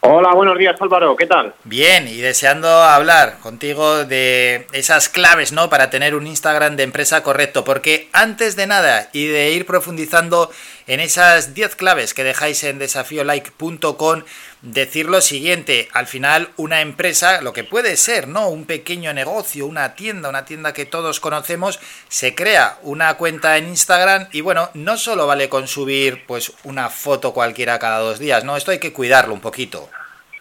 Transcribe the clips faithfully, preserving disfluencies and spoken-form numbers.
Hola, buenos días Álvaro, ¿qué tal? Bien, y deseando hablar contigo de esas claves, ¿no?, para tener un Instagram de empresa correcto, porque antes de nada y de ir profundizando en esas diez claves que dejáis en desafío like punto com, decir lo siguiente: al final una empresa, lo que puede ser, ¿no?, un pequeño negocio, una tienda, una tienda que todos conocemos, se crea una cuenta en Instagram y bueno, no solo vale con subir pues una foto cualquiera cada dos días, ¿no? Esto hay que cuidarlo un poquito.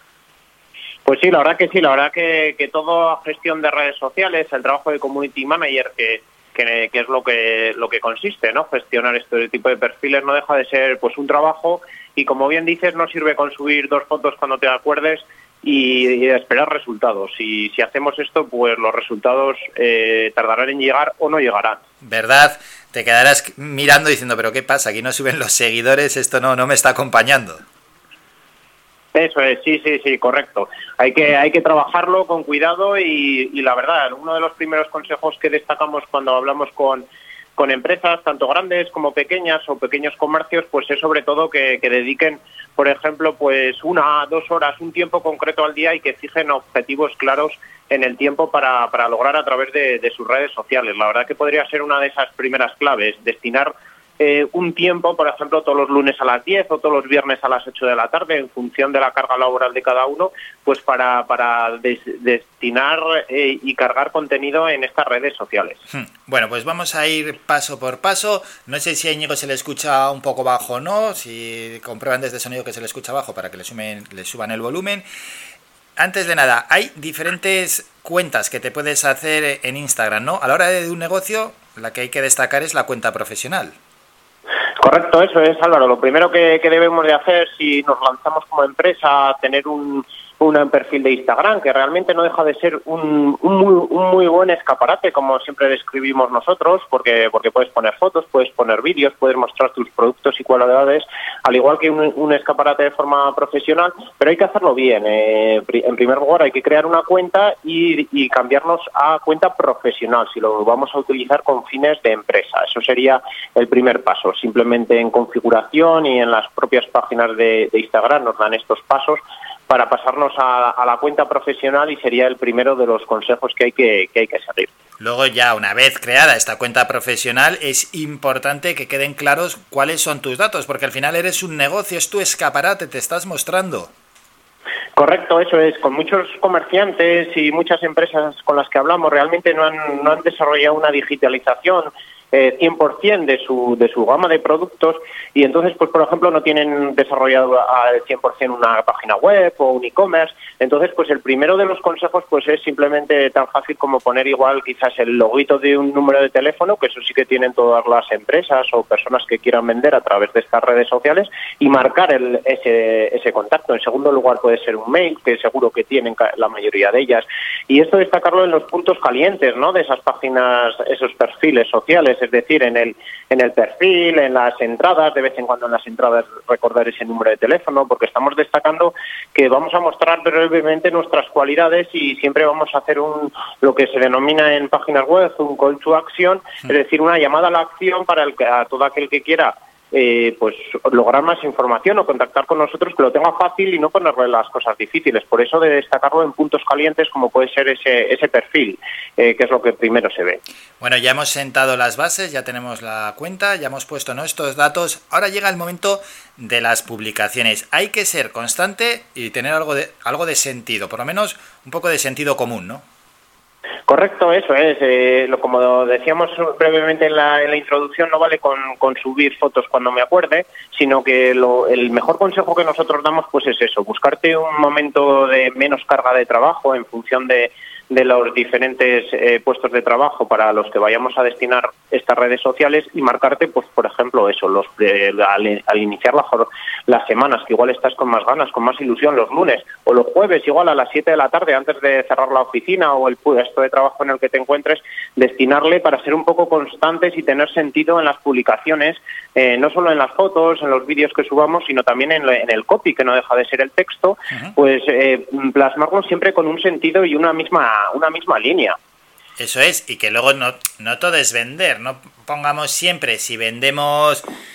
Pues sí, la verdad que sí, la verdad que, que toda gestión de redes sociales, el trabajo de community manager, que, que, que es lo que lo que consiste, ¿no? Gestionar este tipo de perfiles, no deja de ser pues un trabajo, y como bien dices, no sirve con subir dos fotos cuando te acuerdes y, y esperar resultados. Y si hacemos esto, pues los resultados eh, tardarán en llegar o no llegarán. ¿Verdad? Te quedarás mirando diciendo, pero ¿qué pasa? Aquí no suben los seguidores, esto no, no me está acompañando. Eso es, sí, sí, sí, correcto. Hay que hay que trabajarlo con cuidado y, y la verdad, uno de los primeros consejos que destacamos cuando hablamos con, con empresas, tanto grandes como pequeñas o pequeños comercios, pues es sobre todo que, que dediquen, por ejemplo, pues una, dos horas, un tiempo concreto al día y que fijen objetivos claros en el tiempo para, para lograr a través de, de sus redes sociales. La verdad que podría ser una de esas primeras claves, destinar Eh, un tiempo, por ejemplo, todos los lunes a las diez o todos los viernes a las ocho de la tarde, en función de la carga laboral de cada uno, pues para, para des, destinar eh, y cargar contenido en estas redes sociales. Bueno, pues vamos a ir paso por paso. No sé si a Íñigo se le escucha un poco bajo o no, si comprueban desde sonido que se le escucha bajo para que le, sumen, le suban el volumen. Antes de nada, hay diferentes cuentas que te puedes hacer en Instagram, ¿no? A la hora de un negocio, la que hay que destacar es la cuenta profesional. Correcto, eso es, Álvaro. Lo primero que, que debemos de hacer si nos lanzamos como empresa a tener un, un perfil de Instagram, que realmente no deja de ser un, un, muy, un muy buen escaparate, como siempre describimos nosotros, porque porque puedes poner fotos, puedes poner vídeos, puedes mostrar tus productos y cualidades, al igual que un, un escaparate de forma profesional, pero hay que hacerlo bien. Eh, en primer lugar, hay que crear una cuenta y, y cambiarnos a cuenta profesional, si lo vamos a utilizar con fines de empresa. Eso sería el primer paso. Simplemente en configuración y en las propias páginas de, de Instagram nos dan estos pasos para pasarnos a, a la cuenta profesional, y sería el primero de los consejos que hay que, que hay que seguir. Luego, ya una vez creada esta cuenta profesional, es importante que queden claros cuáles son tus datos, porque al final eres un negocio, es tu escaparate, te estás mostrando. Correcto, eso es. Con muchos comerciantes y muchas empresas con las que hablamos, realmente no han, no han desarrollado una digitalización Eh, cien por ciento de su de su gama de productos, y entonces, pues por ejemplo, no tienen desarrollado al cien por ciento una página web o un e-commerce. Entonces, pues el primero de los consejos pues es simplemente tan fácil como poner igual quizás el loguito de un número de teléfono, que eso sí que tienen todas las empresas o personas que quieran vender a través de estas redes sociales, y marcar el, ese, ese contacto. En segundo lugar puede ser un mail, que seguro que tienen la mayoría de ellas, y esto destacarlo en los puntos calientes, ¿no?, de esas páginas, esos perfiles sociales. Es decir, en el en el perfil, en las entradas, de vez en cuando en las entradas recordar ese número de teléfono, porque estamos destacando que vamos a mostrar brevemente nuestras cualidades y siempre vamos a hacer un lo que se denomina en páginas web un call to action, es decir, una llamada a la acción para el, a todo aquel que quiera Eh, pues lograr más información o contactar con nosotros, que lo tenga fácil y no ponerle las cosas difíciles. Por eso de destacarlo en puntos calientes, como puede ser ese ese perfil, eh, que es lo que primero se ve. Bueno, ya hemos sentado las bases, ya tenemos la cuenta, ya hemos puesto nuestros datos. Ahora llega el momento de las publicaciones. Hay que ser constante y tener algo de algo de sentido, por lo menos un poco de sentido común, ¿no? Correcto, eso es. Eh, lo, como decíamos brevemente en la, en la introducción, no vale con, con subir fotos cuando me acuerde, sino que lo, el mejor consejo que nosotros damos pues es eso: buscarte un momento de menos carga de trabajo en función de, de los diferentes eh, puestos de trabajo para los que vayamos a destinar estas redes sociales, y marcarte, pues por ejemplo, eso, los eh, al, al iniciar la, las semanas, que igual estás con más ganas, con más ilusión, los lunes o los jueves, igual a las siete de la tarde, antes de cerrar la oficina o el puesto de trabajo en el que te encuentres, destinarle para ser un poco constantes y tener sentido en las publicaciones, eh, no solo en las fotos, en los vídeos que subamos, sino también en, en el copy, que no deja de ser el texto, uh-huh. pues eh, plasmarlo siempre con un sentido y una misma una misma línea. Eso es, y que luego no, no todo es vender, no pongamos siempre, si vendemos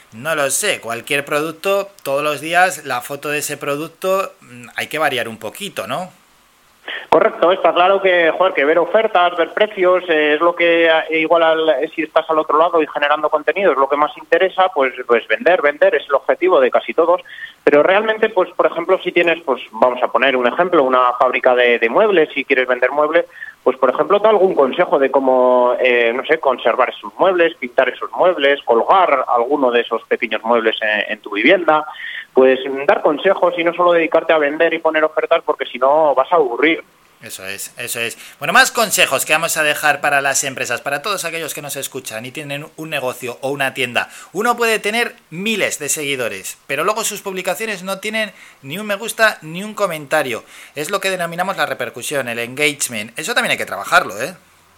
no lo sé, cualquier producto, todos los días la foto de ese producto hay que variar un poquito, ¿no? Correcto, está claro que, joder, que ver ofertas, ver precios, eh, es lo que eh, igual al, si estás al otro lado y generando contenido es lo que más interesa, pues pues vender, vender es el objetivo de casi todos, pero realmente, pues por ejemplo, si tienes, pues vamos a poner un ejemplo, una fábrica de, de muebles, si quieres vender muebles, pues por ejemplo, da algún consejo de cómo, eh, no sé, conservar esos muebles, pintar esos muebles, colgar alguno de esos pequeños muebles en, en tu vivienda, pues dar consejos y no solo dedicarte a vender y poner ofertas, porque si no vas a aburrir. Eso es, eso es. Bueno, más consejos que vamos a dejar para las empresas, para todos aquellos que nos escuchan y tienen un negocio o una tienda. Uno puede tener miles de seguidores, pero luego sus publicaciones no tienen ni un me gusta ni un comentario. Es lo que denominamos la repercusión, el engagement. Eso también hay que trabajarlo, ¿eh?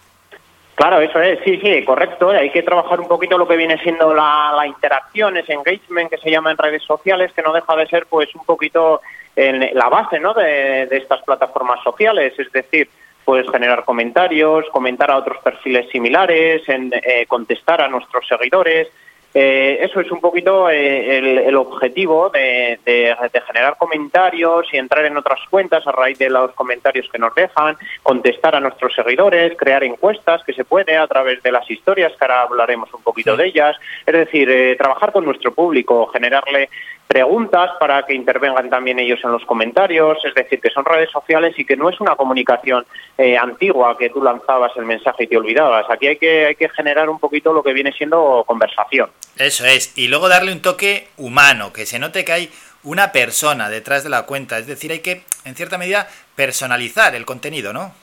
Claro, eso es, sí, sí, correcto. Hay que trabajar un poquito lo que viene siendo la, la interacción, ese engagement que se llama en redes sociales, que no deja de ser pues un poquito en la base, ¿no?, de, de estas plataformas sociales, es decir, pues generar comentarios, comentar a otros perfiles similares, en, eh, contestar a nuestros seguidores. Eh, eso es un poquito eh, el, el objetivo de, de, de generar comentarios y entrar en otras cuentas a raíz de los comentarios que nos dejan, contestar a nuestros seguidores, crear encuestas que se puede a través de las historias, que ahora hablaremos un poquito de ellas, es decir, eh, trabajar con nuestro público, generarle preguntas para que intervengan también ellos en los comentarios, es decir, que son redes sociales y que no es una comunicación eh, antigua que tú lanzabas el mensaje y te olvidabas. Aquí hay que, hay que generar un poquito lo que viene siendo conversación. Eso es, y luego darle un toque humano, que se note que hay una persona detrás de la cuenta, es decir, hay que, en cierta medida, personalizar el contenido, ¿no?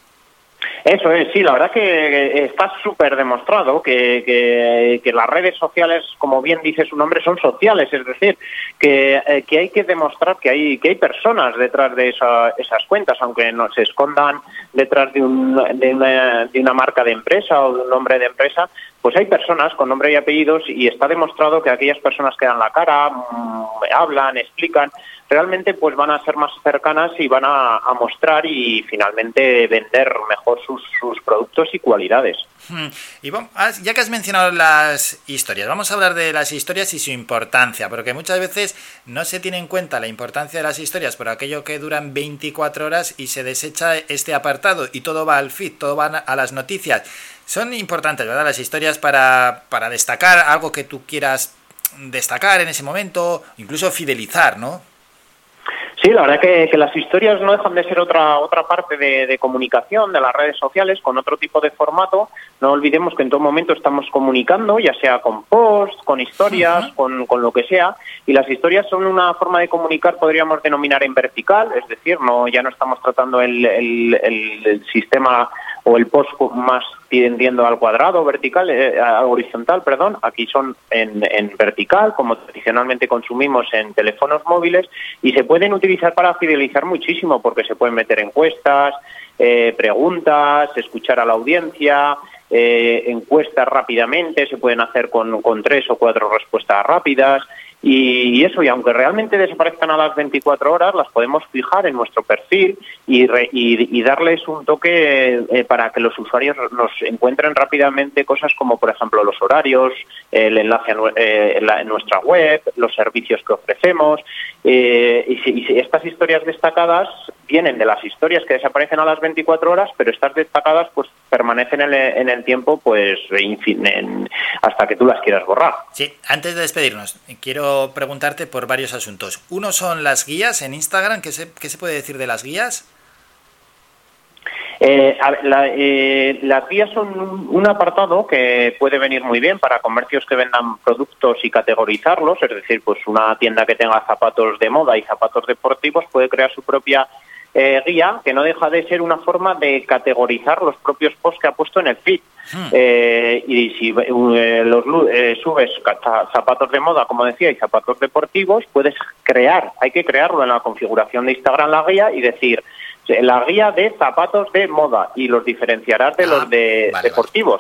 Eso es, sí, la verdad que está súper demostrado que, que, que las redes sociales, como bien dice su nombre, son sociales, es decir, que, eh, que hay que demostrar que hay que hay personas detrás de esa, esas cuentas, aunque no se escondan detrás de, un, de, una, de una marca de empresa o de un nombre de empresa, pues hay personas con nombre y apellidos y está demostrado que aquellas personas que dan la cara, mmm, hablan, explican, realmente pues van a ser más cercanas y van a, a mostrar y finalmente vender mejor sus, sus productos y cualidades. Y bueno, ya que has mencionado las historias, vamos a hablar de las historias y su importancia, porque muchas veces no se tiene en cuenta la importancia de las historias por aquello que duran veinticuatro horas y se desecha este apartado y todo va al feed, todo va a las noticias. Son importantes, ¿verdad?, las historias para, para destacar algo que tú quieras destacar en ese momento, incluso fidelizar, ¿no? Sí, la verdad que, que las historias no dejan de ser otra otra parte de, de comunicación de las redes sociales con otro tipo de formato. No olvidemos que en todo momento estamos comunicando, ya sea con posts, con historias, uh-huh. con, con lo que sea, y las historias son una forma de comunicar, podríamos denominar en vertical, es decir, no ya no estamos tratando el, el, el, el sistema o el post más tendiendo al cuadrado, vertical, eh, al horizontal, perdón, aquí son en, en vertical, como tradicionalmente consumimos en teléfonos móviles, y se pueden utilizar para fidelizar muchísimo, porque se pueden meter encuestas, eh, preguntas, escuchar a la audiencia, eh, encuestas rápidamente, se pueden hacer con, con tres o cuatro respuestas rápidas, y, y eso, y aunque realmente desaparezcan a las veinticuatro horas, las podemos fijar en nuestro perfil y, re, y, y darles un toque eh, para que los usuarios nos encuentren rápidamente cosas como, por ejemplo, los horarios, el enlace a eh, en, la, en nuestra web, los servicios que ofrecemos, eh, y, si, y si estas historias destacadas vienen de las historias que desaparecen a las veinticuatro horas, pero estas destacadas pues permanecen en el, en el tiempo pues infin, en, hasta que tú las quieras borrar. Sí, antes de despedirnos, quiero preguntarte por varios asuntos. Uno son las guías en Instagram. ¿Qué se, qué se puede decir de las guías? Eh, a ver, la, eh, las guías son un, un apartado que puede venir muy bien para comercios que vendan productos y categorizarlos, es decir, pues una tienda que tenga zapatos de moda y zapatos deportivos puede crear su propia eh, guía, que no deja de ser una forma de categorizar los propios posts que ha puesto en el feed. Hmm. Eh, y si eh, los eh, subes zapatos de moda, como decía, y zapatos deportivos, puedes crear, hay que crearlo en la configuración de Instagram la guía y decir la guía de zapatos de moda y los diferenciarás de ah, los de vale, deportivos. Vale.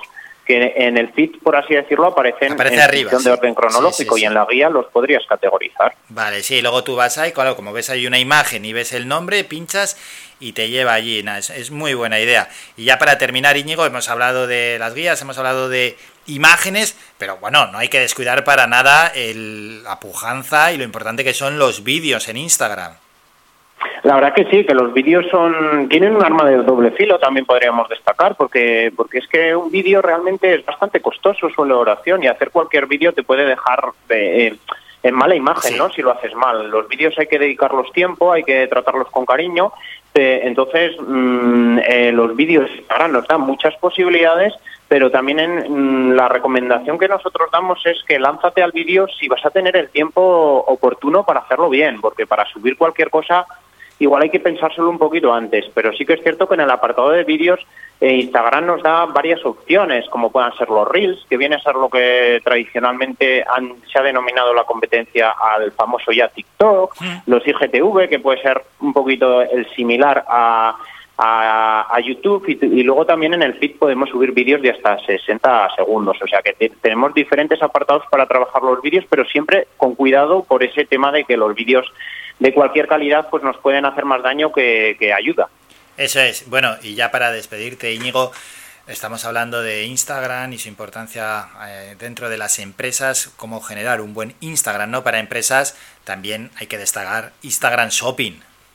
que en el feed, por así decirlo, aparecen Aparece en arriba, función sí. de orden cronológico, Sí, sí, sí. y en la guía los podrías categorizar. Vale, sí, luego tú vas ahí, claro, como ves ahí una imagen y ves el nombre, pinchas y te lleva allí. Nah, es, es muy buena idea. Y ya para terminar, Íñigo, hemos hablado de las guías, hemos hablado de imágenes, pero bueno, no hay que descuidar para nada el, la pujanza y lo importante que son los vídeos en Instagram. La verdad que sí, que los vídeos son tienen un arma de doble filo, también podríamos destacar, porque porque es que un vídeo realmente es bastante costoso su elaboración, y hacer cualquier vídeo te puede dejar eh, en mala imagen, Sí. ¿no? Si lo haces mal. Los vídeos hay que dedicarlos tiempo, hay que tratarlos con cariño. Eh, entonces, mmm, eh, los vídeos ahora nos dan muchas posibilidades, pero también en, mm, la recomendación que nosotros damos es que lánzate al vídeo si vas a tener el tiempo oportuno para hacerlo bien, porque para subir cualquier cosa igual hay que pensárselo un poquito antes, pero sí que es cierto que en el apartado de vídeos eh, Instagram nos da varias opciones, como puedan ser los Reels, que viene a ser lo que tradicionalmente han, se ha denominado la competencia al famoso ya TikTok, los I G T V, que puede ser un poquito el similar a, a, a YouTube, y, y luego también en el feed podemos subir vídeos de hasta sesenta segundos, o sea que te, tenemos diferentes apartados para trabajar los vídeos, pero siempre con cuidado por ese tema de que los vídeos de cualquier calidad pues nos pueden hacer más daño que, que ayuda. Eso es. Bueno, y ya para despedirte, Íñigo, estamos hablando de Instagram y su importancia eh, dentro de las empresas, cómo generar un buen Instagram, ¿no? Para empresas también hay que destacar Instagram Shopping.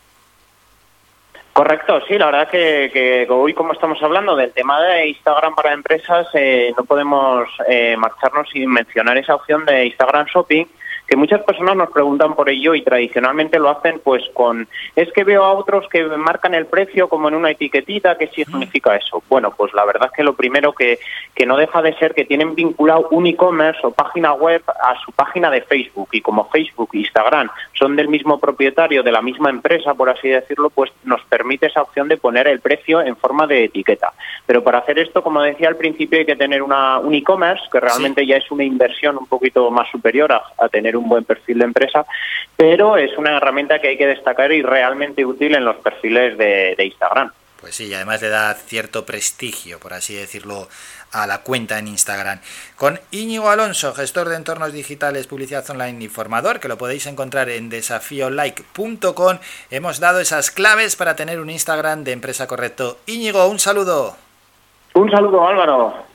Correcto, sí, la verdad que, que hoy, como estamos hablando del tema de Instagram para empresas, eh, no podemos eh, marcharnos sin mencionar esa opción de Instagram Shopping, que muchas personas nos preguntan por ello, y tradicionalmente lo hacen pues con, es que veo a otros que marcan el precio como en una etiquetita. ¿Qué significa eso? Bueno, pues la verdad es que lo primero que, que no deja de ser que tienen vinculado un e-commerce o página web a su página de Facebook, y como Facebook e Instagram son del mismo propietario, de la misma empresa, por así decirlo, pues nos permite esa opción de poner el precio en forma de etiqueta. Pero para hacer esto, como decía al principio, hay que tener una, un e-commerce, que realmente sí, ya es una inversión un poquito más superior a, a tener un buen perfil de empresa, pero es una herramienta que hay que destacar y realmente útil en los perfiles de, de Instagram. Pues sí, y además le da cierto prestigio, por así decirlo, a la cuenta en Instagram. Con Íñigo Alonso, gestor de entornos digitales, publicidad online y formador, que lo podéis encontrar en desafío like punto com, hemos dado esas claves para tener un Instagram de empresa correcto. Íñigo, un saludo. Un saludo, Álvaro.